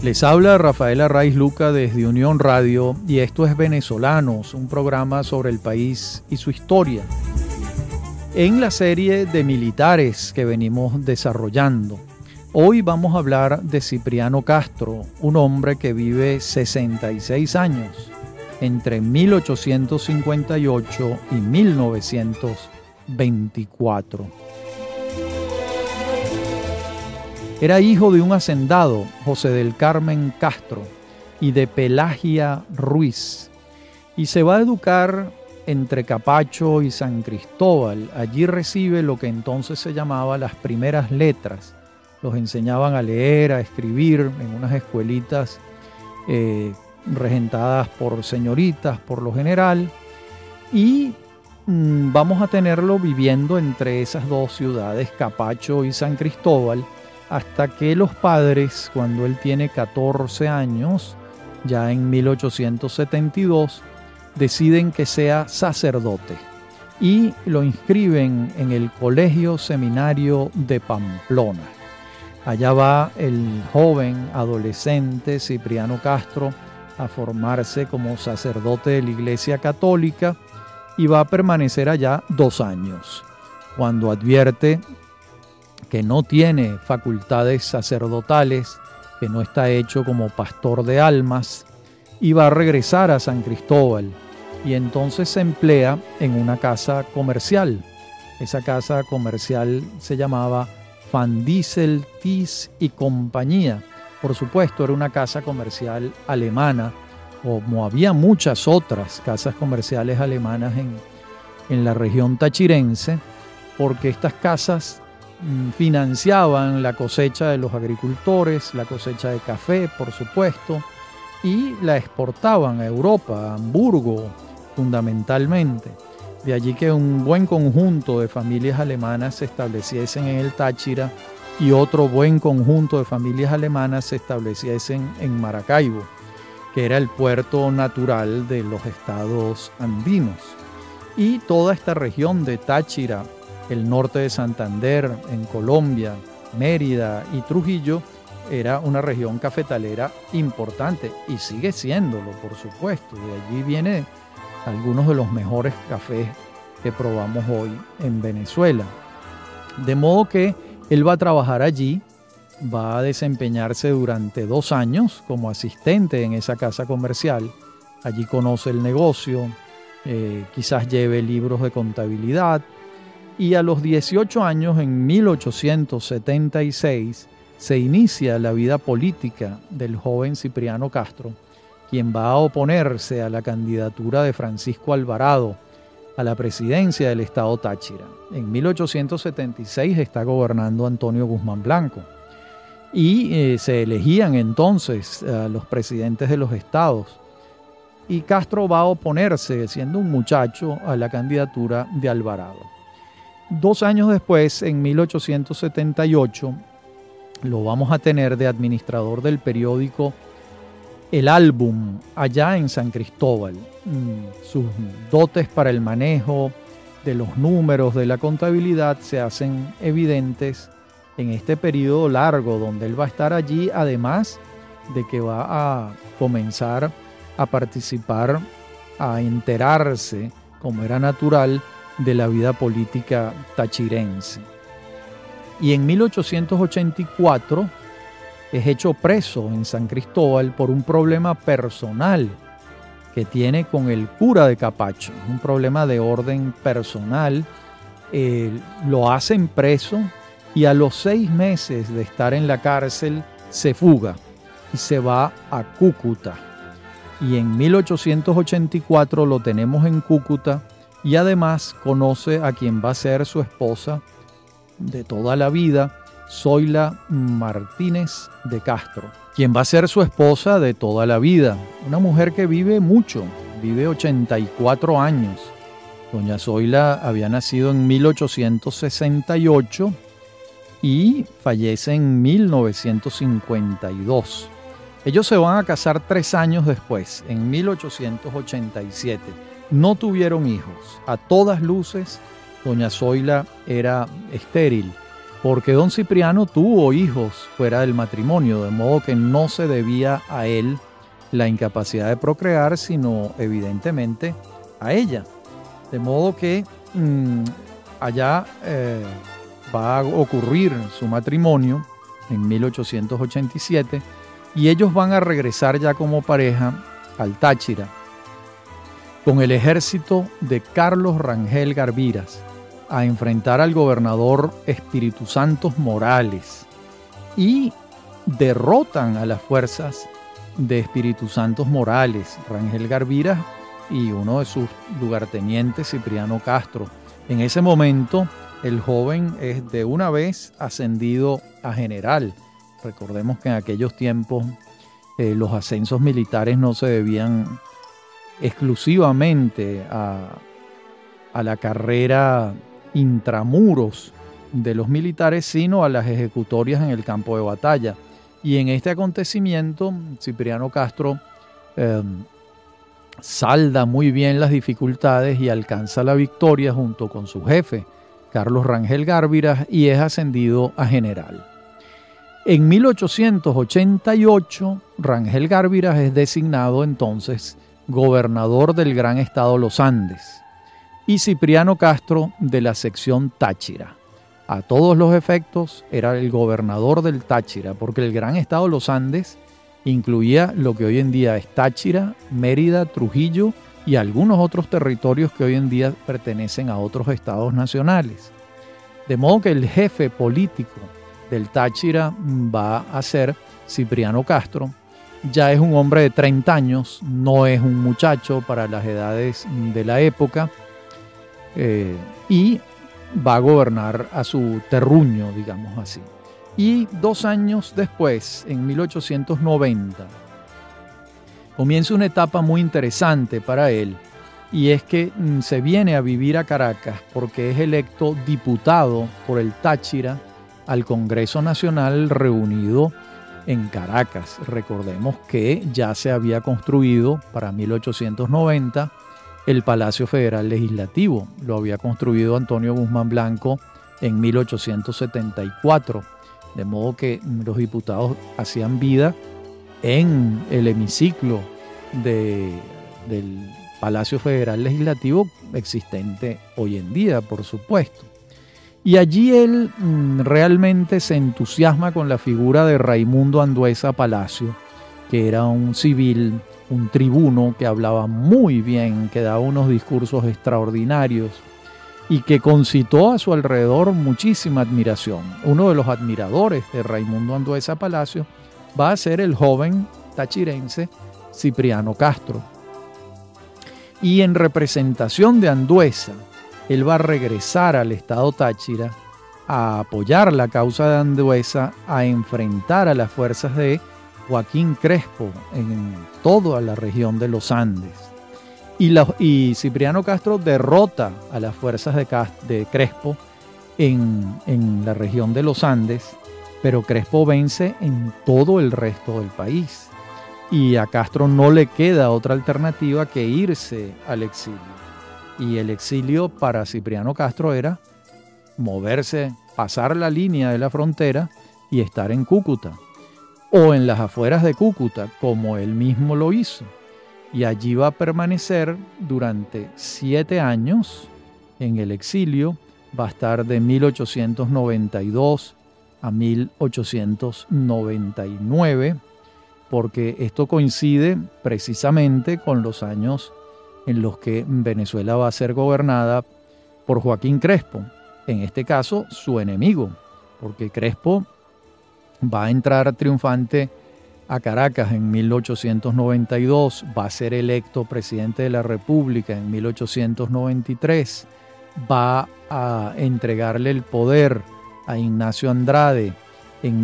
Les habla Rafael Arraiz Luca desde Unión Radio y esto es Venezolanos, un programa sobre el país y su historia. En la serie de militares que venimos desarrollando, hoy vamos a hablar de Cipriano Castro, un hombre que vive 66 años entre 1858 y 1924. Era hijo de un hacendado, José del Carmen Castro, y de Pelagia Ruiz, y se va a educar entre Capacho y San Cristóbal. Allí recibe lo que entonces se llamaba las primeras letras. Los enseñaban a leer, a escribir en unas escuelitas regentadas por señoritas, por lo general, y vamos a tenerlo viviendo entre esas dos ciudades, Capacho y San Cristóbal, hasta que los padres, cuando él tiene 14 años, ya en 1872, deciden que sea sacerdote y lo inscriben en el Colegio Seminario de Pamplona. Allá va el joven adolescente Cipriano Castro a formarse como sacerdote de la Iglesia Católica y va a permanecer allá 2 años. Cuando advierte que no tiene facultades sacerdotales, que no está hecho como pastor de almas, y va a regresar a San Cristóbal, y entonces se emplea en una casa comercial. Esa casa comercial se llamaba Van Diesel, Thies y Compañía. Por supuesto, era una casa comercial alemana, como había muchas otras casas comerciales alemanas en la región tachirense, porque estas casas financiaban la cosecha de los agricultores, la cosecha de café, por supuesto, y la exportaban a Europa, a Hamburgo, fundamentalmente. De allí que un buen conjunto de familias alemanas se estableciesen en el Táchira y otro buen conjunto de familias alemanas se estableciesen en Maracaibo, que era el puerto natural de los estados andinos. Y toda esta región de Táchira, el norte de Santander, en Colombia, Mérida y Trujillo, era una región cafetalera importante y sigue siéndolo, por supuesto. De allí vienen algunos de los mejores cafés que probamos hoy en Venezuela. De modo que él va a trabajar allí, va a desempeñarse durante 2 años como asistente en esa casa comercial. Allí conoce el negocio, quizás lleve libros de contabilidad, y a los 18 años, en 1876, se inicia la vida política del joven Cipriano Castro, quien va a oponerse a la candidatura de Francisco Alvarado a la presidencia del estado Táchira. En 1876 está gobernando Antonio Guzmán Blanco y se elegían entonces los presidentes de los estados. Y Castro va a oponerse, siendo un muchacho, a la candidatura de Alvarado. 2 años después, en 1878, lo vamos a tener de administrador del periódico El Álbum, allá en San Cristóbal. Sus dotes para el manejo de los números, de la contabilidad, se hacen evidentes en este periodo largo donde él va a estar allí, además de que va a comenzar a participar, a enterarse, como era natural, de la vida política tachirense. Y en 1884 es hecho preso en San Cristóbal por un problema personal que tiene con el cura de Capacho, un problema de orden personal. Lo hacen preso y a los 6 meses de estar en la cárcel se fuga y se va a Cúcuta. Y en 1884 lo tenemos en Cúcuta, y además conoce a quien va a ser su esposa de toda la vida, Zoila Martínez de Castro, quien va a ser su esposa de toda la vida, una mujer que vive mucho, vive 84 años. Doña Zoila había nacido en 1868 y fallece en 1952. Ellos se van a casar 3 años después, en 1887. No tuvieron hijos. A todas luces, doña Zoila era estéril porque don Cipriano tuvo hijos fuera del matrimonio, de modo que no se debía a él la incapacidad de procrear, sino evidentemente a ella. De modo que allá va a ocurrir su matrimonio en 1887 y ellos van a regresar ya como pareja al Táchira con el ejército de Carlos Rangel Garviras a enfrentar al gobernador Espíritu Santos Morales y derrotan a las fuerzas de Espíritu Santos Morales, Rangel Garviras y uno de sus lugartenientes, Cipriano Castro. En ese momento el joven es de una vez ascendido a general. Recordemos que en aquellos tiempos los ascensos militares no se debían exclusivamente a la carrera intramuros de los militares, sino a las ejecutorias en el campo de batalla. Y en este acontecimiento, Cipriano Castro salda muy bien las dificultades y alcanza la victoria junto con su jefe, Carlos Rangel Garviras, y es ascendido a general. En 1888, Rangel Garviras es designado entonces gobernador del Gran Estado Los Andes y Cipriano Castro de la sección Táchira. A todos los efectos era el gobernador del Táchira, porque el Gran Estado Los Andes incluía lo que hoy en día es Táchira, Mérida, Trujillo y algunos otros territorios que hoy en día pertenecen a otros estados nacionales. De modo que el jefe político del Táchira va a ser Cipriano Castro. Ya es un hombre de 30 años, no es un muchacho para las edades de la época, y va a gobernar a su terruño, digamos así. Y 2 años después, en 1890, comienza una etapa muy interesante para él, y es que se viene a vivir a Caracas porque es electo diputado por el Táchira al Congreso Nacional reunido en Caracas. Recordemos que ya se había construido para 1890 el Palacio Federal Legislativo. Lo había construido Antonio Guzmán Blanco en 1874. De modo que los diputados hacían vida en el hemiciclo del Palacio Federal Legislativo existente hoy en día, por supuesto. Y allí él realmente se entusiasma con la figura de Raimundo Andueza Palacio, que era un civil, un tribuno que hablaba muy bien, que daba unos discursos extraordinarios y que concitó a su alrededor muchísima admiración. Uno de los admiradores de Raimundo Andueza Palacio va a ser el joven tachirense Cipriano Castro. Y en representación de Andueza, él va a regresar al estado Táchira a apoyar la causa de Andueza, a enfrentar a las fuerzas de Joaquín Crespo en toda la región de los Andes. Y Cipriano Castro derrota a las fuerzas de Crespo en la región de los Andes, pero Crespo vence en todo el resto del país. Y a Castro no le queda otra alternativa que irse al exilio. Y el exilio para Cipriano Castro era moverse, pasar la línea de la frontera y estar en Cúcuta o en las afueras de Cúcuta, como él mismo lo hizo. Y allí va a permanecer durante 7 años en el exilio. Va a estar de 1892 a 1899, porque esto coincide precisamente con los años en los que Venezuela va a ser gobernada por Joaquín Crespo, en este caso su enemigo, porque Crespo va a entrar triunfante a Caracas en 1892, va a ser electo presidente de la República en 1893, va a entregarle el poder a Ignacio Andrade en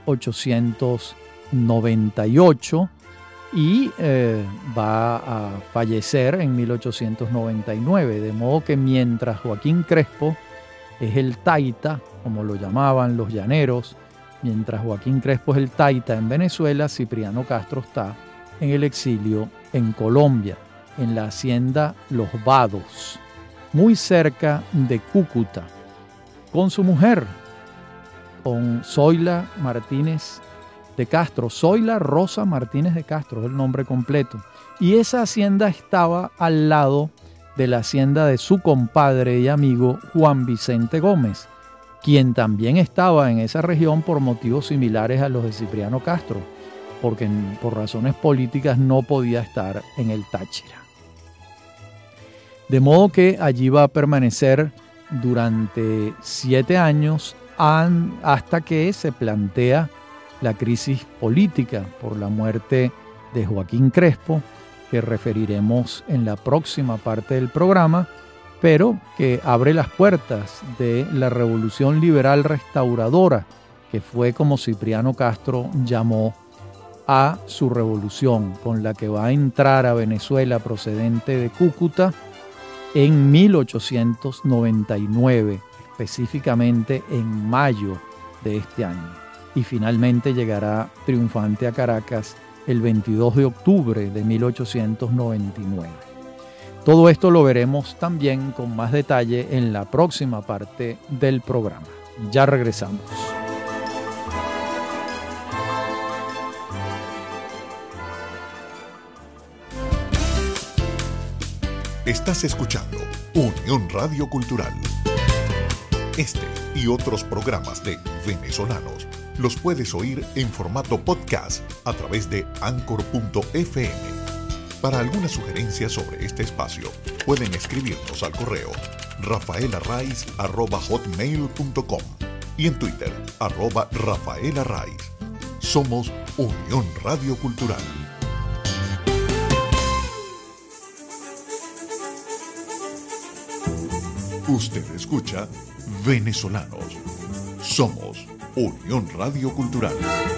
1898 y va a fallecer en 1899, de modo que mientras Joaquín Crespo es el taita, como lo llamaban los llaneros, mientras Joaquín Crespo es el taita en Venezuela, Cipriano Castro está en el exilio en Colombia, en la hacienda Los Vados, muy cerca de Cúcuta, con su mujer, con Zoila Martínez de Castro. Zoila Rosa Martínez de Castro es el nombre completo. Y esa hacienda estaba al lado de la hacienda de su compadre y amigo Juan Vicente Gómez, quien también estaba en esa región por motivos similares a los de Cipriano Castro, porque por razones políticas no podía estar en el Táchira. De modo que allí va a permanecer durante 7 años hasta que se plantea la crisis política por la muerte de Joaquín Crespo, que referiremos en la próxima parte del programa, pero que abre las puertas de la Revolución Liberal Restauradora, que fue como Cipriano Castro llamó a su revolución, con la que va a entrar a Venezuela procedente de Cúcuta en 1899, específicamente en mayo de este año, y finalmente llegará triunfante a Caracas el 22 de octubre de 1899. Todo esto lo veremos también con más detalle en la próxima parte del programa. Ya regresamos. Estás escuchando Unión Radio Cultural. Este y otros programas de Venezolanos los puedes oír en formato podcast a través de Anchor.fm. Para alguna sugerencia sobre este espacio, pueden escribirnos al correo rafaelarraiz@hotmail.com y en Twitter @rafaelarraiz. Somos Unión Radio Cultural. Usted escucha Venezolanos. Somos Unión Radio Cultural.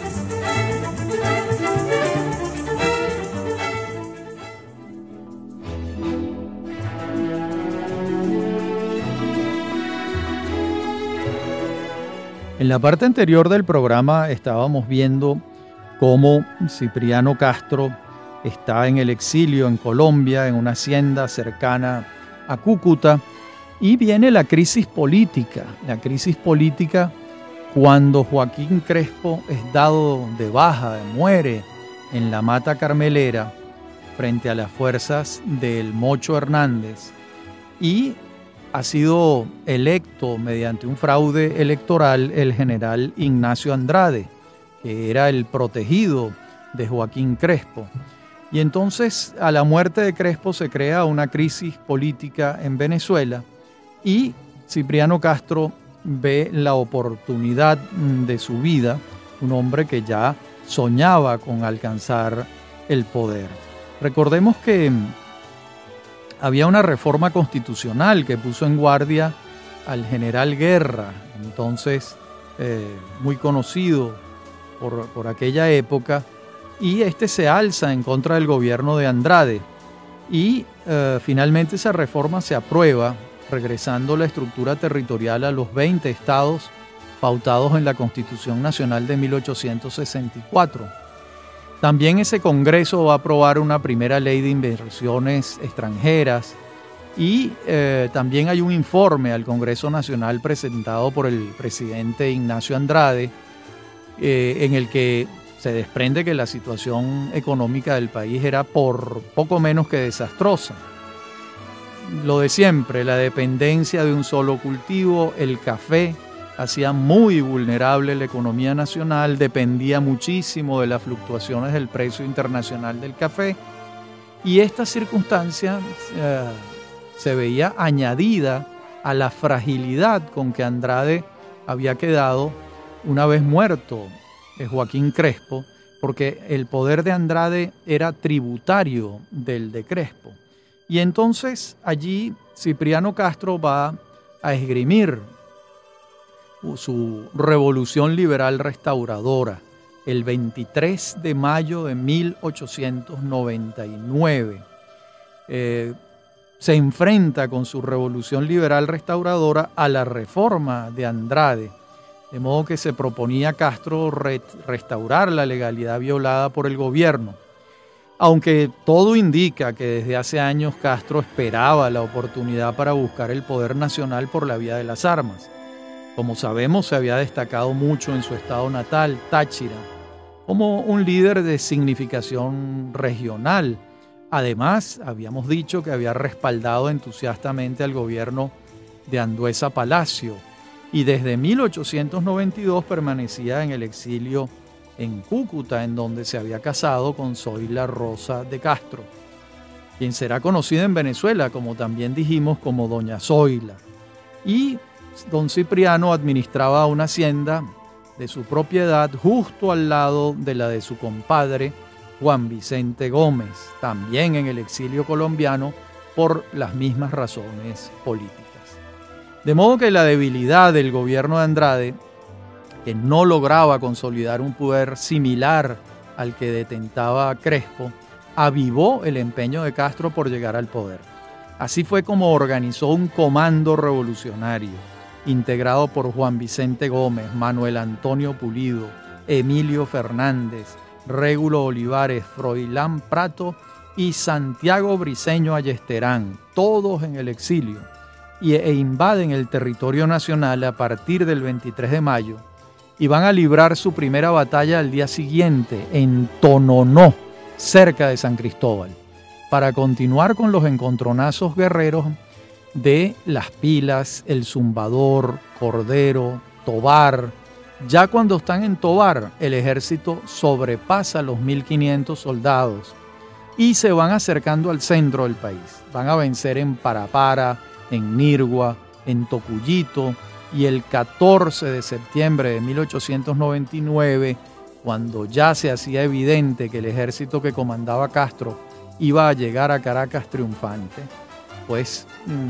En la parte anterior del programa estábamos viendo cómo Cipriano Castro está en el exilio en Colombia, en una hacienda cercana a Cúcuta, y viene la crisis política. La crisis política cuando Joaquín Crespo es dado de baja, muere en la Mata Carmelera frente a las fuerzas del Mocho Hernández y ha sido electo mediante un fraude electoral el general Ignacio Andrade, que era el protegido de Joaquín Crespo. Y entonces a la muerte de Crespo se crea una crisis política en Venezuela y Cipriano Castro ve la oportunidad de su vida, un hombre que ya soñaba con alcanzar el poder. Recordemos que había una reforma constitucional que puso en guardia al general Guerra, entonces muy conocido por aquella época, y este se alza en contra del gobierno de Andrade y finalmente esa reforma se aprueba, regresando la estructura territorial a los 20 estados pautados en la Constitución Nacional de 1864. También ese Congreso va a aprobar una primera ley de inversiones extranjeras y también hay un informe al Congreso Nacional presentado por el presidente Ignacio Andrade en el que se desprende que la situación económica del país era por poco menos que desastrosa. Lo de siempre, la dependencia de un solo cultivo, el café, hacía muy vulnerable la economía nacional, dependía muchísimo de las fluctuaciones del precio internacional del café y esta circunstancia se veía añadida a la fragilidad con que Andrade había quedado una vez muerto Joaquín Crespo, porque el poder de Andrade era tributario del de Crespo. Y entonces allí Cipriano Castro va a esgrimir su revolución liberal restauradora el 23 de mayo de 1899. Se enfrenta con su revolución liberal restauradora a la reforma de Andrade, de modo que se proponía Castro restaurar la legalidad violada por el gobierno. Aunque todo indica que desde hace años Castro esperaba la oportunidad para buscar el poder nacional por la vía de las armas. Como sabemos, se había destacado mucho en su estado natal, Táchira, como un líder de significación regional. Además, habíamos dicho que había respaldado entusiastamente al gobierno de Andueza Palacio y desde 1892 permanecía en el exilio en Cúcuta, en donde se había casado con Zoila Rosa de Castro, quien será conocida en Venezuela, como también dijimos, como Doña Zoila. Y don Cipriano administraba una hacienda de su propiedad justo al lado de la de su compadre Juan Vicente Gómez, también en el exilio colombiano por las mismas razones políticas. De modo que la debilidad del gobierno de Andrade, que no lograba consolidar un poder similar al que detentaba Crespo, avivó el empeño de Castro por llegar al poder. Así fue como organizó un comando revolucionario, integrado por Juan Vicente Gómez, Manuel Antonio Pulido, Emilio Fernández, Régulo Olivares, Froilán Prato y Santiago Briceño Ayesτερán, todos en el exilio, e invaden el territorio nacional a partir del 23 de mayo y van a librar su primera batalla al día siguiente en Tononó, cerca de San Cristóbal, para continuar con los encontronazos guerreros de Las Pilas, El Zumbador, Cordero, Tobar. Ya cuando están en Tobar, el ejército sobrepasa los 1.500 soldados y se van acercando al centro del país. Van a vencer en Parapara, en Nirgua, en Tocuyito, y el 14 de septiembre de 1899, cuando ya se hacía evidente que el ejército que comandaba Castro iba a llegar a Caracas triunfante, pues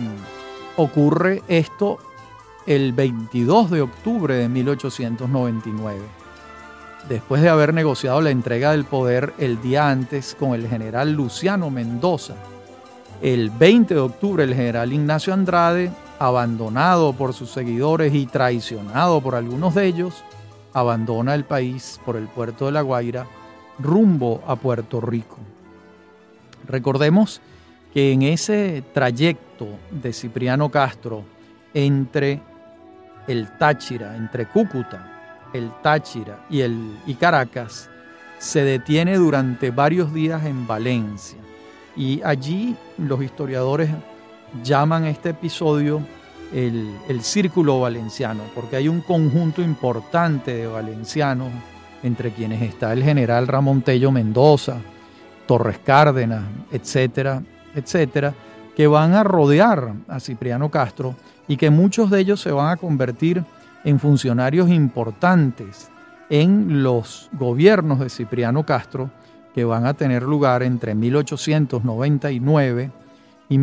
ocurre esto el 22 de octubre de 1899, después de haber negociado la entrega del poder el día antes con el general Luciano Mendoza. El 20 de octubre el general Ignacio Andrade, abandonado por sus seguidores y traicionado por algunos de ellos, abandona el país por el puerto de La Guaira rumbo a Puerto Rico. Recordemos que en ese trayecto de Cipriano Castro entre el Táchira, entre Cúcuta, el Táchira y Caracas, se detiene durante varios días en Valencia. Y allí los historiadores llaman este episodio el Círculo Valenciano, porque hay un conjunto importante de valencianos, entre quienes está el general Ramón Tello Mendoza, Torres Cárdenas, etcétera, etcétera, que van a rodear a Cipriano Castro y que muchos de ellos se van a convertir en funcionarios importantes en los gobiernos de Cipriano Castro, que van a tener lugar entre 1899 y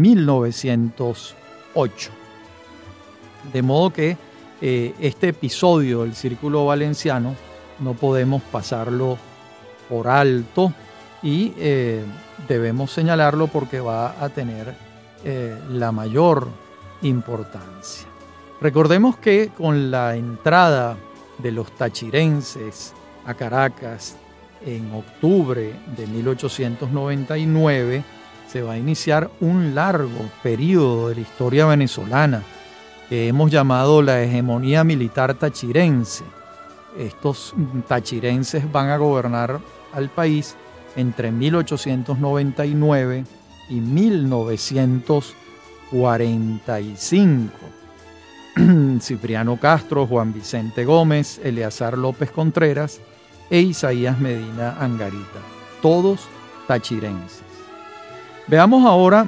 1908. De modo que este episodio del Círculo Valenciano no podemos pasarlo por alto y debemos señalarlo porque va a tener la mayor importancia. Recordemos que con la entrada de los tachirenses a Caracas en octubre de 1899 se va a iniciar un largo periodo de la historia venezolana que hemos llamado la hegemonía militar tachirense. Estos tachirenses van a gobernar al país entre 1899 y 1945. Cipriano Castro, Juan Vicente Gómez, Eleazar López Contreras e Isaías Medina Angarita, todos tachirenses. Veamos ahora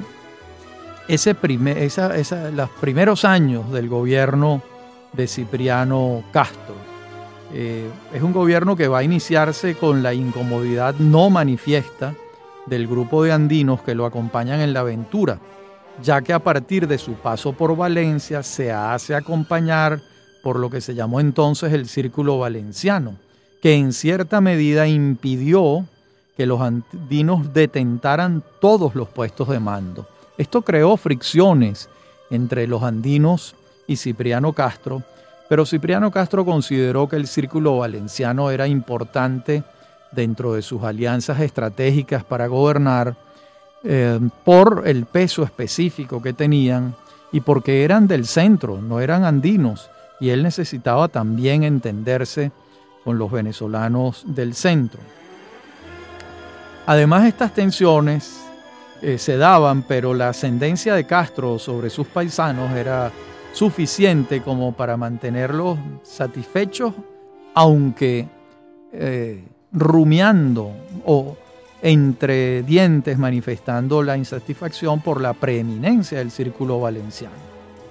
los primeros años del gobierno de Cipriano Castro. Es un gobierno que va a iniciarse con la incomodidad no manifiesta del grupo de andinos que lo acompañan en la aventura, ya que a partir de su paso por Valencia se hace acompañar por lo que se llamó entonces el Círculo Valenciano, que en cierta medida impidió que los andinos detentaran todos los puestos de mando. Esto creó fricciones entre los andinos y Cipriano Castro, pero Cipriano Castro consideró que el Círculo Valenciano era importante dentro de sus alianzas estratégicas para gobernar, por el peso específico que tenían y porque eran del centro, no eran andinos, y él necesitaba también entenderse con los venezolanos del centro. Además, estas tensiones se daban, pero la ascendencia de Castro sobre sus paisanos era suficiente como para mantenerlos satisfechos, aunque rumiando o entre dientes manifestando la insatisfacción por la preeminencia del círculo valenciano.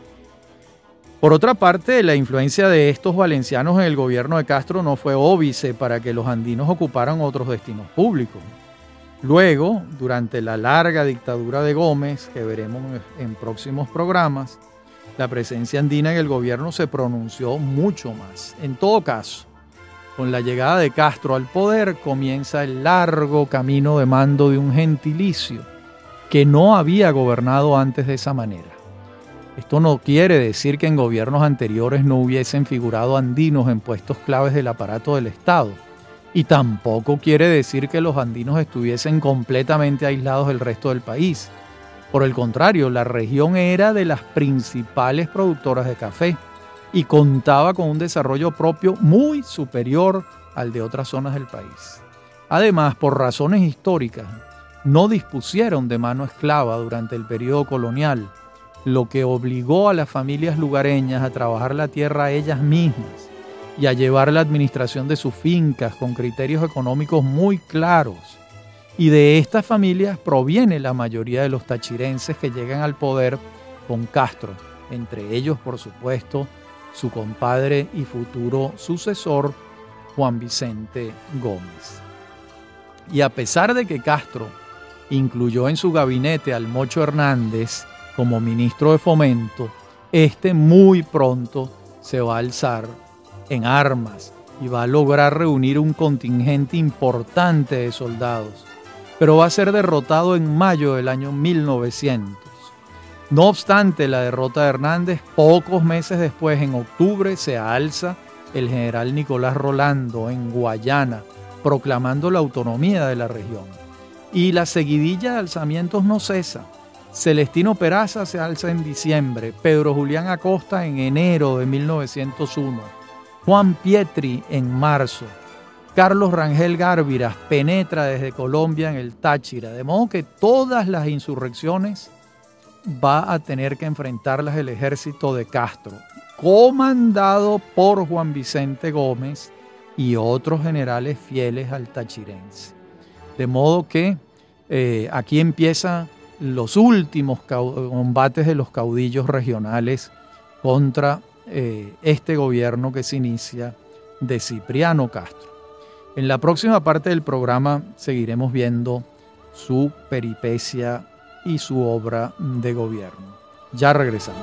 Por otra parte, la influencia de estos valencianos en el gobierno de Castro no fue óbice para que los andinos ocuparan otros destinos públicos. Luego, durante la larga dictadura de Gómez, que veremos en próximos programas, la presencia andina en el gobierno se pronunció mucho más. En todo caso, con la llegada de Castro al poder comienza el largo camino de mando de un gentilicio que no había gobernado antes de esa manera. Esto no quiere decir que en gobiernos anteriores no hubiesen figurado andinos en puestos claves del aparato del Estado, y tampoco quiere decir que los andinos estuviesen completamente aislados del resto del país. Por el contrario, la región era de las principales productoras de café y contaba con un desarrollo propio muy superior al de otras zonas del país. Además, por razones históricas, no dispusieron de mano esclava durante el periodo colonial, lo que obligó a las familias lugareñas a trabajar la tierra ellas mismas y a llevar la administración de sus fincas con criterios económicos muy claros. Y de estas familias proviene la mayoría de los tachirenses que llegan al poder con Castro, entre ellos, por supuesto, su compadre y futuro sucesor, Juan Vicente Gómez. Y a pesar de que Castro incluyó en su gabinete al Mocho Hernández como ministro de Fomento, este muy pronto se va a alzar en armas y va a lograr reunir un contingente importante de soldados, pero va a ser derrotado en mayo del año 1900. No obstante la derrota de Hernández, pocos meses después, en octubre, se alza el general Nicolás Rolando en Guayana, proclamando la autonomía de la región. Y la seguidilla de alzamientos no cesa. Celestino Peraza se alza en diciembre, Pedro Julián Acosta en enero de 1901, Juan Pietri en marzo, Carlos Rangel Gárviras penetra desde Colombia en el Táchira, de modo que todas las insurrecciones va a tener que enfrentarlas el ejército de Castro, comandado por Juan Vicente Gómez y otros generales fieles al tachirense. De modo que aquí empiezan los últimos combates de los caudillos regionales contra este gobierno que se inicia de Cipriano Castro. En la próxima parte del programa seguiremos viendo su peripecia y su obra de gobierno. Ya regresamos.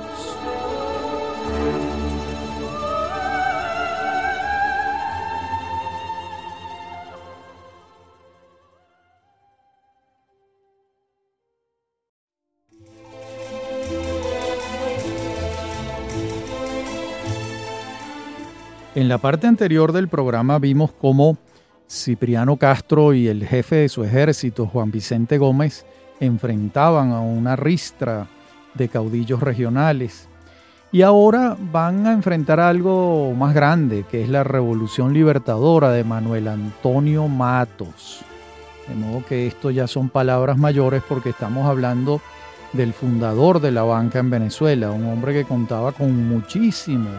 En la parte anterior del programa vimos cómo Cipriano Castro y el jefe de su ejército, Juan Vicente Gómez, enfrentaban a una ristra de caudillos regionales. Y ahora van a enfrentar algo más grande, que es la Revolución Libertadora de Manuel Antonio Matos. De modo que esto ya son palabras mayores porque estamos hablando del fundador de la banca en Venezuela, un hombre que contaba con muchísimos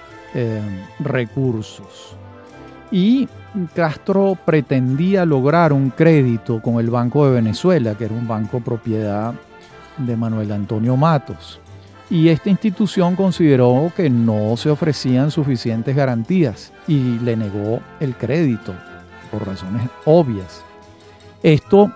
recursos. Y Castro pretendía lograr un crédito con el Banco de Venezuela, que era un banco propiedad de Manuel Antonio Matos. Y esta institución consideró que no se ofrecían suficientes garantías y le negó el crédito por razones obvias. Esto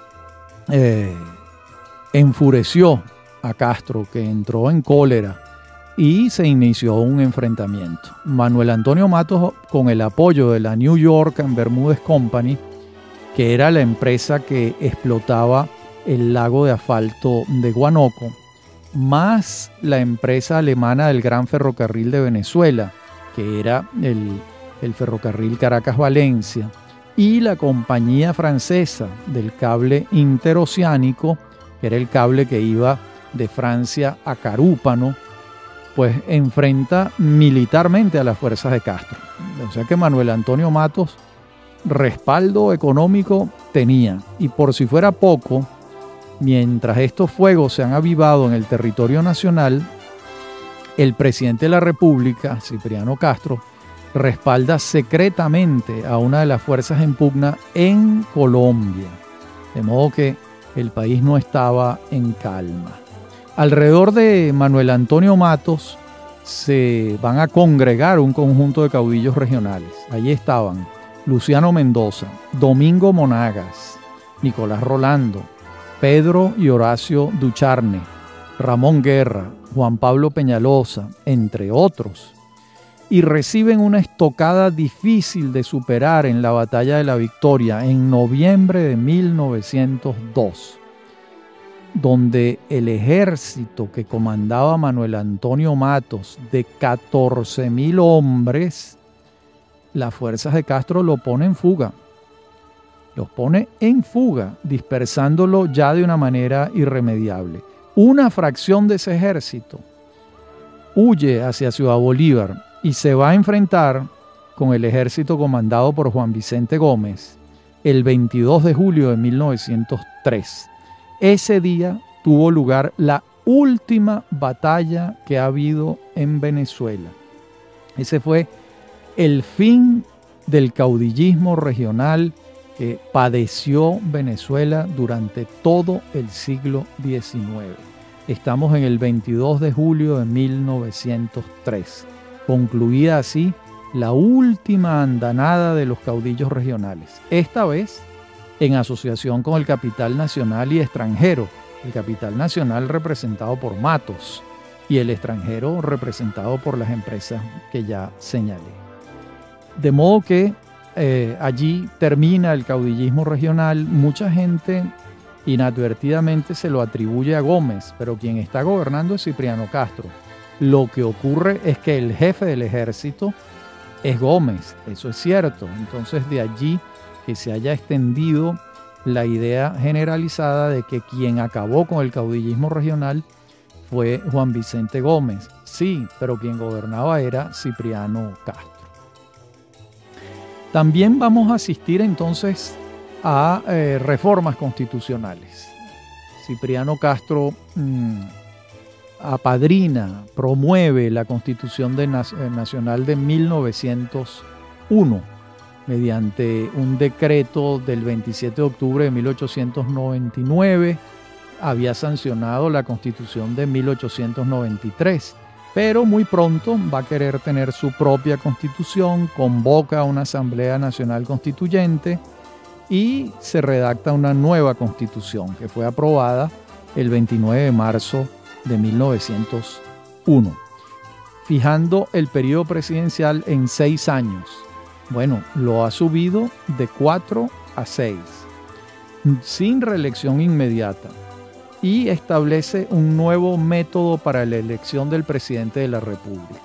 enfureció a Castro, que entró en cólera y se inició un enfrentamiento. Manuel Antonio Matos, con el apoyo de la New York and Bermúdez Company, que era la empresa que explotaba el lago de asfalto de Guanoco, más la empresa alemana del Gran Ferrocarril de Venezuela, que era el ferrocarril Caracas-Valencia, y la compañía francesa del cable interoceánico, que era el cable que iba de Francia a Carúpano, pues enfrenta militarmente a las fuerzas de Castro. O sea que Manuel Antonio Matos respaldo económico tenía. Y por si fuera poco, mientras estos fuegos se han avivado en el territorio nacional, el presidente de la República, Cipriano Castro, respalda secretamente a una de las fuerzas en pugna en Colombia. De modo que el país no estaba en calma. Alrededor de Manuel Antonio Matos se van a congregar un conjunto de caudillos regionales. Allí estaban Luciano Mendoza, Domingo Monagas, Nicolás Rolando, Pedro y Horacio Ducharne, Ramón Guerra, Juan Pablo Peñalosa, entre otros, y reciben una estocada difícil de superar en la Batalla de la Victoria en noviembre de 1902, donde el ejército que comandaba Manuel Antonio Matos de 14,000 hombres, las fuerzas de Castro lo ponen en fuga. Los pone en fuga, dispersándolo ya de una manera irremediable. Una fracción de ese ejército huye hacia Ciudad Bolívar y se va a enfrentar con el ejército comandado por Juan Vicente Gómez el 22 de julio de 1903. Ese día tuvo lugar la última batalla que ha habido en Venezuela. Ese fue el fin del caudillismo regional que padeció Venezuela durante todo el siglo XIX. Estamos en el 22 de julio de 1903. Concluida así la última andanada de los caudillos regionales. Esta vez en asociación con el capital nacional y extranjero. El capital nacional representado por Matos y el extranjero representado por las empresas que ya señalé. De modo que allí termina el caudillismo regional. Mucha gente inadvertidamente se lo atribuye a Gómez, pero quien está gobernando es Cipriano Castro. Lo que ocurre es que el jefe del ejército es Gómez, eso es cierto. Entonces de allí que se haya extendido la idea generalizada de que quien acabó con el caudillismo regional fue Juan Vicente Gómez. Sí, pero quien gobernaba era Cipriano Castro. También vamos a asistir entonces a reformas constitucionales. Cipriano Castro apadrina, promueve la Constitución Nacional de 1901 mediante un decreto del 27 de octubre de 1899. Había sancionado la Constitución de 1893. Pero muy pronto va a querer tener su propia constitución, convoca a una Asamblea Nacional Constituyente y se redacta una nueva constitución que fue aprobada el 29 de marzo de 1901, fijando el periodo presidencial en 6 años. Bueno, lo ha subido de 4 a 6, sin reelección inmediata. Y establece un nuevo método para la elección del presidente de la República.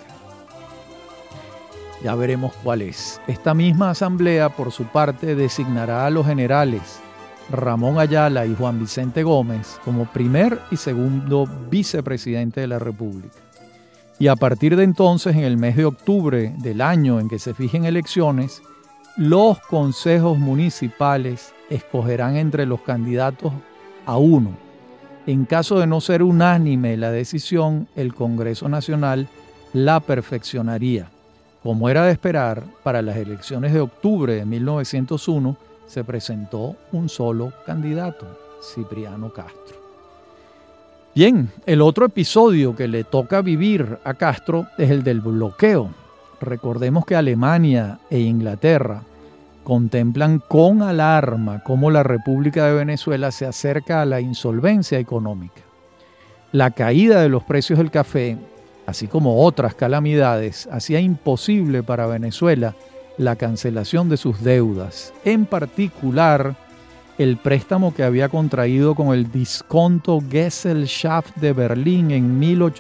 Ya veremos cuál es. Esta misma asamblea, por su parte, designará a los generales Ramón Ayala y Juan Vicente Gómez como primer y segundo vicepresidente de la República. Y a partir de entonces, en el mes de octubre del año en que se fijen elecciones, los consejos municipales escogerán entre los candidatos a uno. En caso de no ser unánime la decisión, el Congreso Nacional la perfeccionaría. Como era de esperar, para las elecciones de octubre de 1901 se presentó un solo candidato, Cipriano Castro. Bien, el otro episodio que le toca vivir a Castro es el del bloqueo. Recordemos que Alemania e Inglaterra contemplan con alarma cómo la República de Venezuela se acerca a la insolvencia económica. La caída de los precios del café, así como otras calamidades, hacía imposible para Venezuela la cancelación de sus deudas, en particular el préstamo que había contraído con el Diskonto Gesellschaft de Berlín en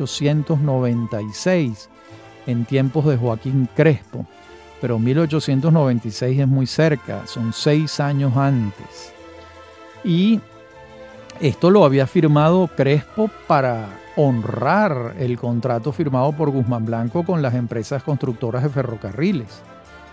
1896, en tiempos de Joaquín Crespo. Pero 1896 es muy cerca, son 6 años antes. Y Esto lo había firmado Crespo para honrar el contrato firmado por Guzmán Blanco con las empresas constructoras de ferrocarriles.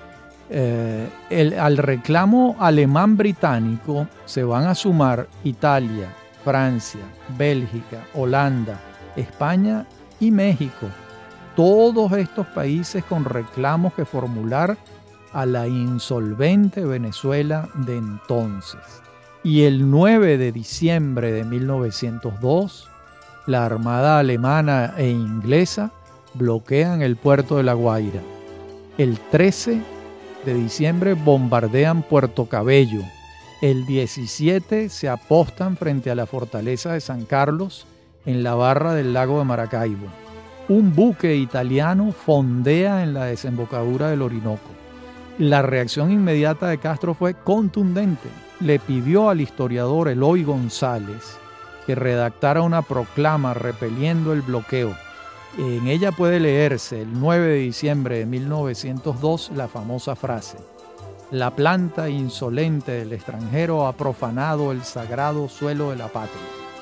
Al reclamo alemán-británico se van a sumar Italia, Francia, Bélgica, Holanda, España y México. Todos estos países con reclamos que formular a la insolvente Venezuela de entonces. Y el 9 de diciembre de 1902, la Armada alemana e inglesa bloquean el puerto de La Guaira. El 13 de diciembre bombardean Puerto Cabello. El 17 se apostan frente a la fortaleza de San Carlos en la barra del lago de Maracaibo. Un buque italiano fondea en la desembocadura del Orinoco. La reacción inmediata de Castro fue contundente. Le pidió al historiador Eloy González que redactara una proclama repeliendo el bloqueo. En ella puede leerse el 9 de diciembre de 1902 la famosa frase: la planta insolente del extranjero ha profanado el sagrado suelo de la patria.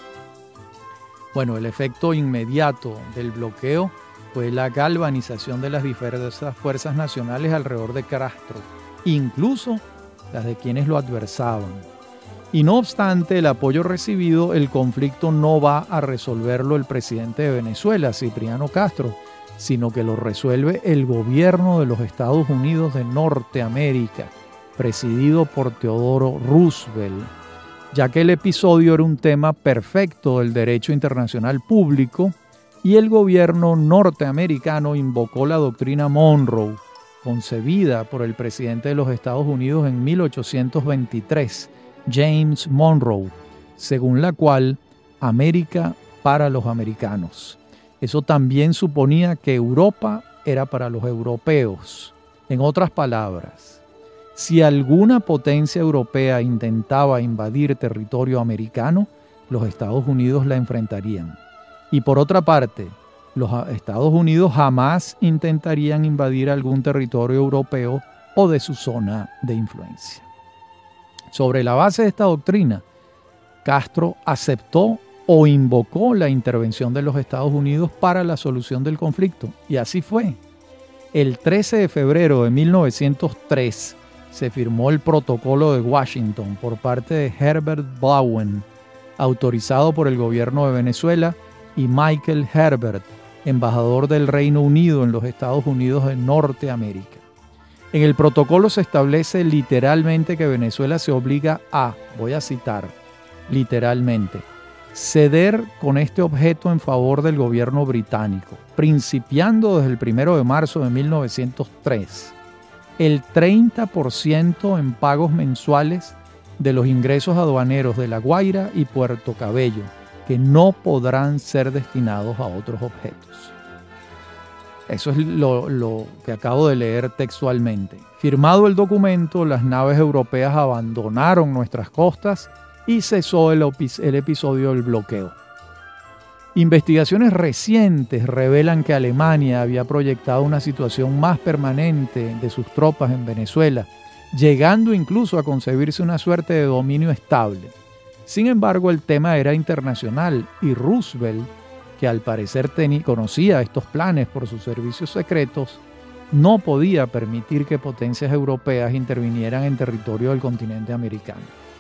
Bueno, el efecto inmediato del bloqueo fue la galvanización de las diversas fuerzas nacionales alrededor de Castro, incluso las de quienes lo adversaban. Y no obstante el apoyo recibido, el conflicto no va a resolverlo el presidente de Venezuela, Cipriano Castro, sino que lo resuelve el gobierno de los Estados Unidos de Norteamérica, presidido por Teodoro Roosevelt, ya que el episodio era un tema perfecto del derecho internacional público y el gobierno norteamericano invocó la doctrina Monroe, concebida por el presidente de los Estados Unidos en 1823, James Monroe, según la cual América para los americanos. Eso también suponía que Europa era para los europeos. En otras palabras, si alguna potencia europea intentaba invadir territorio americano, los Estados Unidos la enfrentarían. Y por otra parte, los Estados Unidos jamás intentarían invadir algún territorio europeo o de su zona de influencia. Sobre la base de esta doctrina, Castro aceptó o invocó la intervención de los Estados Unidos para la solución del conflicto. Y así fue. El 13 de febrero de 1903 se firmó el Protocolo de Washington por parte de Herbert Bowen, autorizado por el gobierno de Venezuela, y Michael Herbert, embajador del Reino Unido en los Estados Unidos de Norteamérica. En el protocolo se establece literalmente que Venezuela se obliga a, voy a citar, literalmente, ceder con este objeto en favor del gobierno británico, principiando desde el 1 de marzo de 1903, el 30% en pagos mensuales de los ingresos aduaneros de La Guaira y Puerto Cabello, que no podrán ser destinados a otros objetos. Eso es lo que acabo de leer textualmente. Firmado el documento, las naves europeas abandonaron nuestras costas y cesó el episodio del bloqueo. Investigaciones recientes revelan que Alemania había proyectado una situación más permanente de sus tropas en Venezuela, llegando incluso a concebirse una suerte de dominio estable. Sin embargo, el tema era internacional y Roosevelt, que al parecer conocía estos planes por sus servicios secretos, no podía permitir que potencias europeas intervinieran en territorio del continente americano.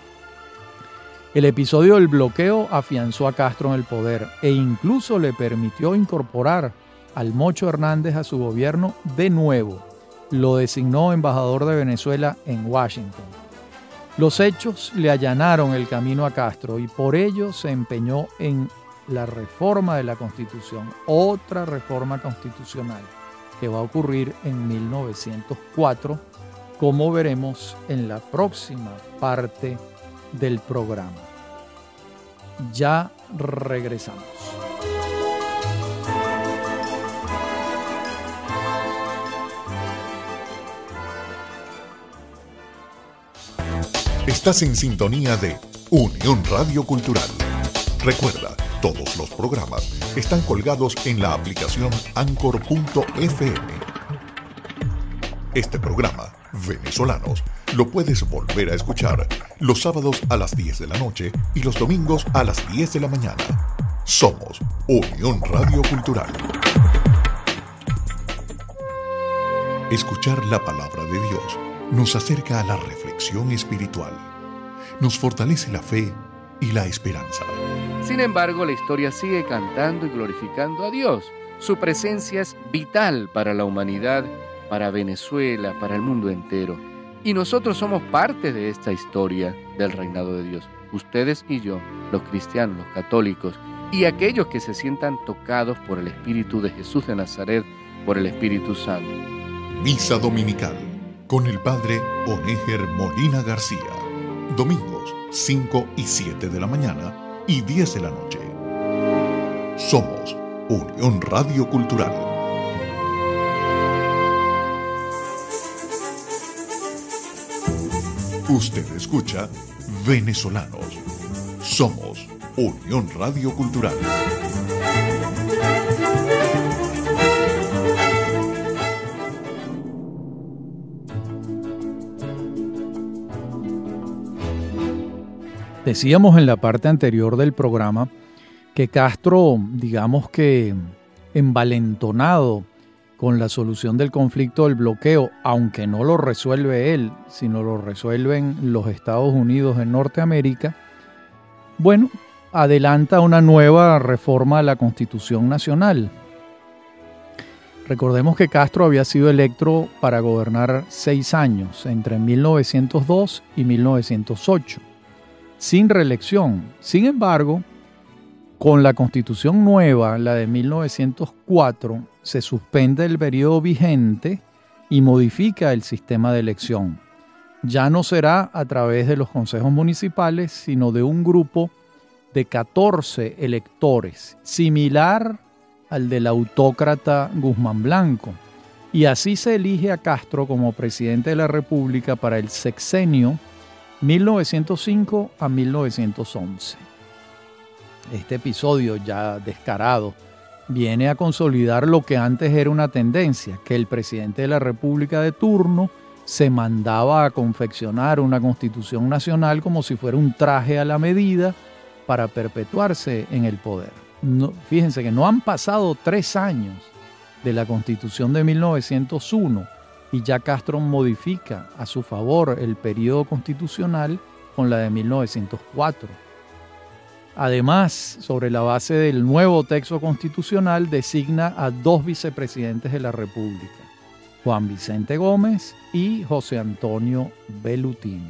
El episodio del bloqueo afianzó a Castro en el poder e incluso le permitió incorporar al Mocho Hernández a su gobierno de nuevo. Lo designó embajador de Venezuela en Washington. Los hechos le allanaron el camino a Castro y por ello se empeñó en la reforma de la Constitución, otra reforma constitucional que va a ocurrir en 1904, como veremos en la próxima parte del programa. Ya regresamos. Estás en sintonía de Unión Radio Cultural. Recuerda, todos los programas están colgados en la aplicación Anchor.fm. Este programa Venezolanos lo puedes volver a escuchar los sábados a las 10 de la noche y los domingos a las 10 de la mañana. Somos Unión Radio Cultural. Escuchar la palabra de Dios nos acerca a la reflexión espiritual, nos fortalece la fe y la esperanza. Sin embargo, la historia sigue cantando y glorificando a Dios. Su presencia es vital para la humanidad, para Venezuela, para el mundo entero. Y nosotros somos parte de esta historia del reinado de Dios. Ustedes y yo, los cristianos, los católicos, y aquellos que se sientan tocados por el Espíritu de Jesús de Nazaret, por el Espíritu Santo. Misa Dominical con el Padre Onéger Molina García. Domingos 5 y 7 de la mañana y 10 de la noche. Somos Unión Radio Cultural. Usted escucha Venezolanos. Somos Unión Radio Cultural. Decíamos en la parte anterior del programa que Castro, digamos que envalentonado con la solución del conflicto del bloqueo, aunque no lo resuelve él, sino lo resuelven los Estados Unidos en Norteamérica, bueno, adelanta una nueva reforma a la Constitución Nacional. Recordemos que Castro había sido electo para gobernar 6 años, entre 1902 y 1908, sin reelección. Sin embargo, con la Constitución nueva, la de 1904, se suspende el periodo vigente y modifica el sistema de elección. Ya no será a través de los consejos municipales, sino de un grupo de 14 electores, similar al del autócrata Guzmán Blanco. Y así se elige a Castro como presidente de la República para el sexenio 1905 a 1911. Este episodio ya descarado viene a consolidar lo que antes era una tendencia, que el presidente de la República de turno se mandaba a confeccionar una constitución nacional como si fuera un traje a la medida para perpetuarse en el poder. No, fíjense que no han pasado 3 años de la Constitución de 1901 y ya Castro modifica a su favor el periodo constitucional con la de 1904. Además, sobre la base del nuevo texto constitucional, designa a 2 vicepresidentes de la República, Juan Vicente Gómez y José Antonio Bellutini.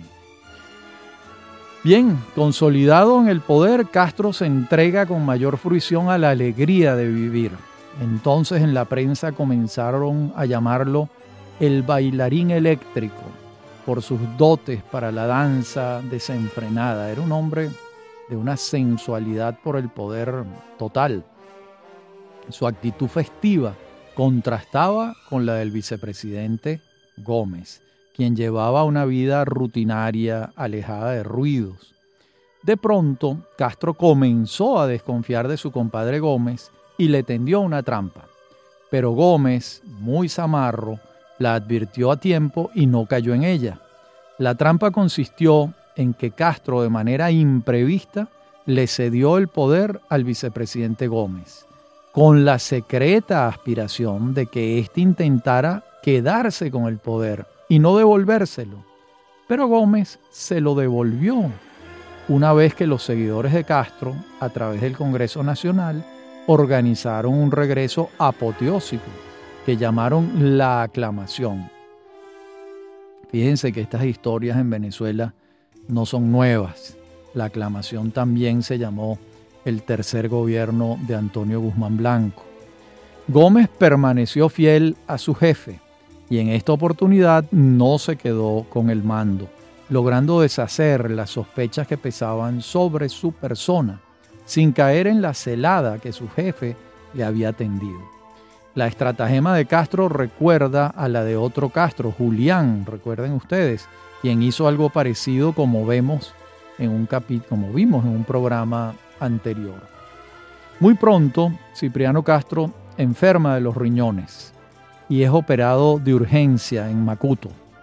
Bien, consolidado en el poder, Castro se entrega con mayor fruición a la alegría de vivir. Entonces en la prensa comenzaron a llamarlo el bailarín eléctrico por sus dotes para la danza desenfrenada. Era un hombre de una sensualidad por el poder total. Su actitud festiva contrastaba con la del vicepresidente Gómez, quien llevaba una vida rutinaria, alejada de ruidos. De pronto, Castro comenzó a desconfiar de su compadre Gómez y le tendió una trampa. Pero Gómez, muy zamarro, la advirtió a tiempo y no cayó en ella. La trampa consistió en que Castro, de manera imprevista, le cedió el poder al vicepresidente Gómez, con la secreta aspiración de que éste intentara quedarse con el poder y no devolvérselo. Pero Gómez se lo devolvió una vez que los seguidores de Castro, a través del Congreso Nacional, organizaron un regreso apoteósico que llamaron la aclamación. Fíjense que estas historias en Venezuela no son nuevas. La aclamación también se llamó el tercer gobierno de Antonio Guzmán Blanco. Gómez permaneció fiel a su jefe y en esta oportunidad no se quedó con el mando, logrando deshacer las sospechas que pesaban sobre su persona, sin caer en la celada que su jefe le había tendido. La estratagema de Castro recuerda a la de otro Castro, Julián, recuerden ustedes, quien hizo algo parecido como vimos en un programa anterior. Muy pronto, Cipriano Castro enferma de los riñones y es operado de urgencia en Macuto.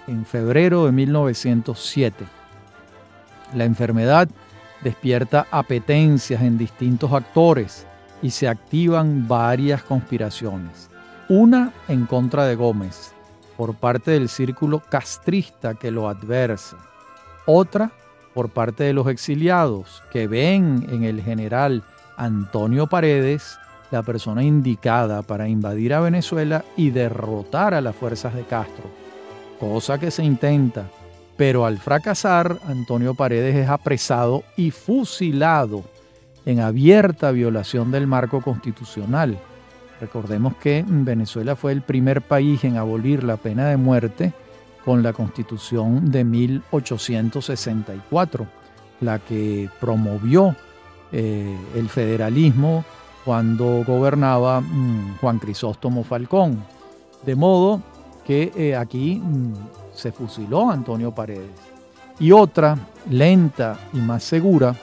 en febrero de 1907. La enfermedad despierta apetencias en distintos actores y se activan varias conspiraciones. Una en contra de Gómez, por parte del círculo castrista que lo adversa. Otra por parte de los exiliados, que ven en el general Antonio Paredes la persona indicada para invadir a Venezuela y derrotar a las fuerzas de Castro, cosa que se intenta, pero al fracasar, Antonio Paredes es apresado y fusilado en abierta violación del marco constitucional. Recordemos que Venezuela fue el primer país en abolir la pena de muerte con la Constitución de 1864, la que promovió el federalismo cuando gobernaba Juan Crisóstomo Falcón. De modo que aquí se fusiló a Antonio Paredes. Y otra, lenta y más segura,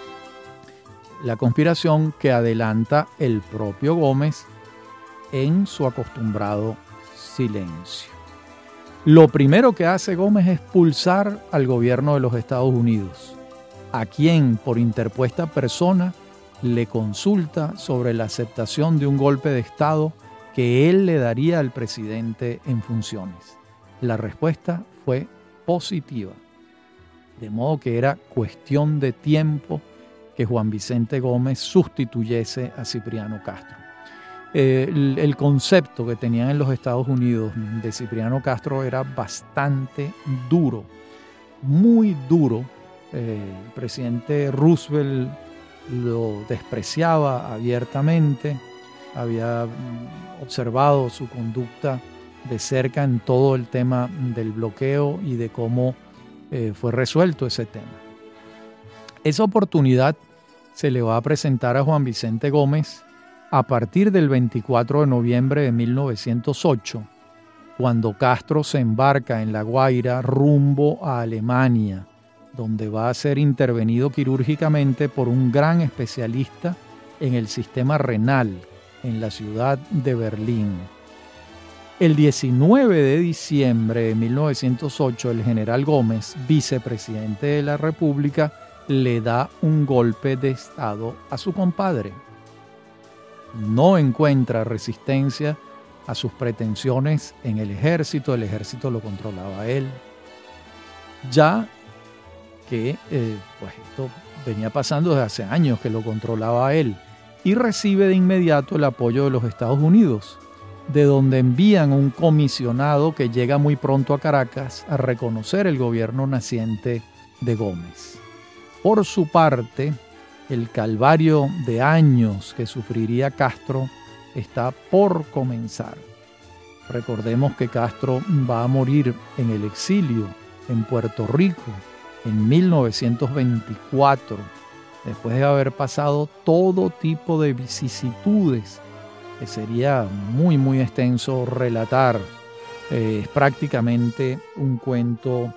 la conspiración que adelanta el propio Gómez en su acostumbrado silencio. Lo primero que hace Gómez es expulsar al gobierno de los Estados Unidos, a quien por interpuesta persona le consulta sobre la aceptación de un golpe de Estado que él le daría al presidente en funciones. La respuesta fue positiva, de modo que era cuestión de tiempo que Juan Vicente Gómez sustituyese a Cipriano Castro. El concepto que tenían en los Estados Unidos de Cipriano Castro era bastante duro, muy duro. El presidente Roosevelt lo despreciaba abiertamente, había observado su conducta de cerca en todo el tema del bloqueo y de cómo fue resuelto ese tema. Esa oportunidad se le va a presentar a Juan Vicente Gómez a partir del 24 de noviembre de 1908, cuando Castro se embarca en La Guaira rumbo a Alemania, donde va a ser intervenido quirúrgicamente por un gran especialista en el sistema renal en la ciudad de Berlín. El 19 de diciembre de 1908, el general Gómez, vicepresidente de la República, le da un golpe de Estado a su compadre. No encuentra resistencia a sus pretensiones en el ejército lo controlaba él. Ya que pues esto venía pasando desde hace años que lo controlaba él, y recibe de inmediato el apoyo de los Estados Unidos, de donde envían un comisionado que llega muy pronto a Caracas a reconocer el gobierno naciente de Gómez. Por su parte, el calvario de años que sufriría Castro está por comenzar. Recordemos que Castro va a morir en el exilio en Puerto Rico en 1924, después de haber pasado todo tipo de vicisitudes que sería muy muy extenso relatar. Es prácticamente un cuento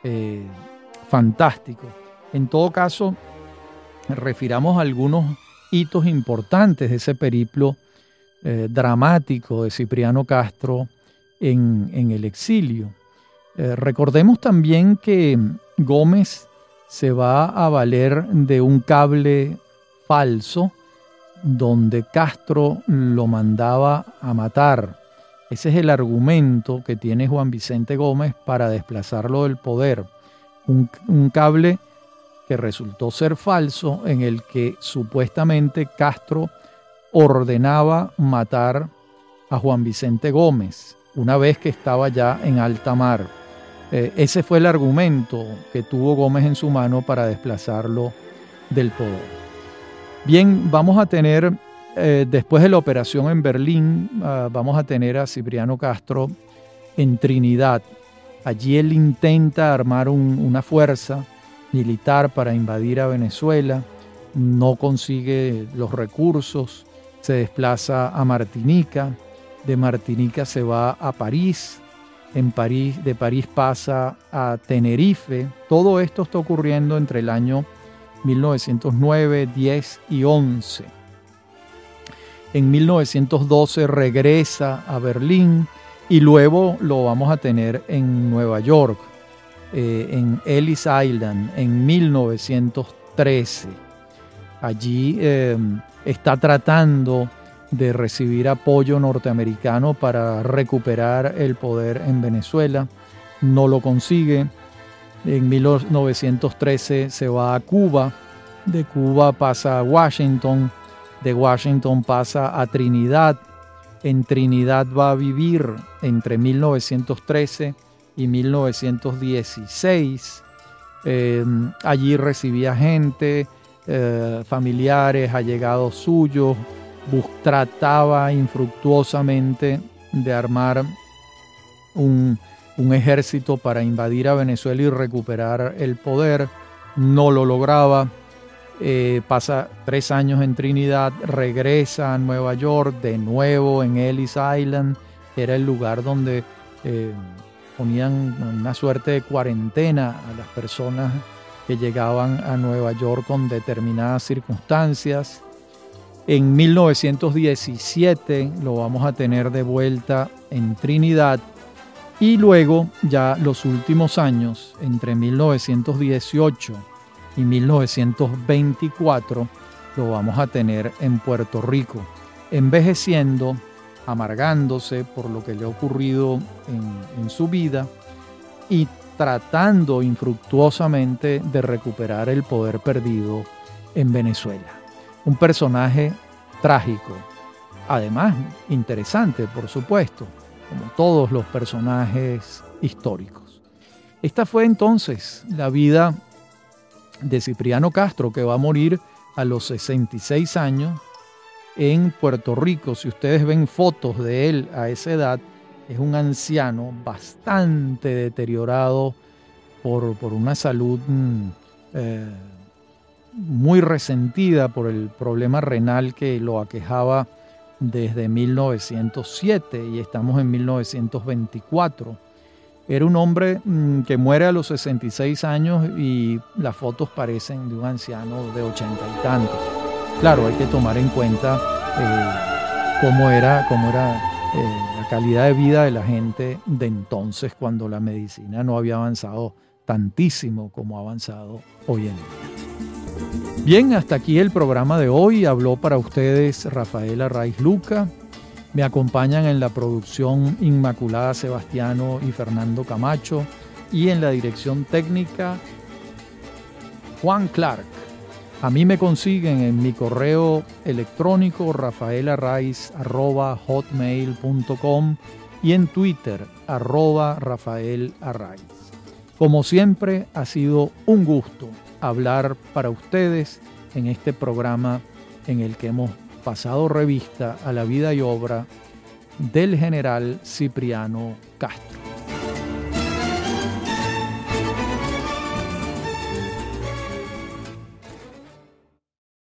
fantástico. En todo caso, refiramos a algunos hitos importantes de ese periplo dramático de Cipriano Castro en el exilio. Recordemos también que Gómez se va a valer de un cable falso donde Castro lo mandaba a matar. Ese es el argumento que tiene Juan Vicente Gómez para desplazarlo del poder. Un cable que resultó ser falso, en el que supuestamente Castro ordenaba matar a Juan Vicente Gómez una vez que estaba ya en alta mar. Ese fue el argumento que tuvo Gómez en su mano para desplazarlo del poder. Bien, vamos a tener, después de la operación en Berlín, vamos a tener a Cipriano Castro en Trinidad. Allí él intenta armar una fuerza militar para invadir a Venezuela, no consigue los recursos, se desplaza a Martinica, de Martinica se va a París, de París pasa a Tenerife. Todo esto está ocurriendo entre el año 1909, 10 y 11. En 1912 regresa a Berlín y luego lo vamos a tener en Nueva York, en Ellis Island, en 1913. Allí está tratando de recibir apoyo norteamericano para recuperar el poder en Venezuela. No lo consigue. En 1913 se va a Cuba. De Cuba pasa a Washington. De Washington pasa a Trinidad. En Trinidad va a vivir entre 1913 y 1916. Allí recibía gente, familiares, allegados suyos. Trataba infructuosamente de armar un ejército para invadir a Venezuela y recuperar el poder. No lo lograba. Pasa 3 años en Trinidad, regresa a Nueva York, de nuevo en Ellis Island. Era el lugar donde ponían una suerte de cuarentena a las personas que llegaban a Nueva York con determinadas circunstancias. En 1917 lo vamos a tener de vuelta en Trinidad, y luego ya los últimos años, entre 1918 y 1924, lo vamos a tener en Puerto Rico, envejeciendo, amargándose por lo que le ha ocurrido en su vida y tratando infructuosamente de recuperar el poder perdido en Venezuela. Un personaje trágico, además interesante, por supuesto, como todos los personajes históricos. Esta fue entonces la vida de Cipriano Castro, que va a morir a los 66 años en Puerto Rico. Si ustedes ven fotos de él a esa edad, es un anciano bastante deteriorado por una salud muy resentida por el problema renal que lo aquejaba desde 1907, y estamos en 1924. Era un hombre que muere a los 66 años y las fotos parecen de un anciano de 80 y tantos. Claro, hay que tomar en cuenta cómo era la calidad de vida de la gente de entonces, cuando la medicina no había avanzado tantísimo como ha avanzado hoy en día. Bien, hasta aquí el programa de hoy. Habló para ustedes Rafael Arraiz Luca. Me acompañan en la producción Inmaculada Sebastiano y Fernando Camacho, y en la dirección técnica Juan Clark. A mí me consiguen en mi correo electrónico rafaelarraiz@hotmail.com y en Twitter @rafaelarraiz. Como siempre, ha sido un gusto hablar para ustedes en este programa en el que hemos pasado revista a la vida y obra del general Cipriano Castro.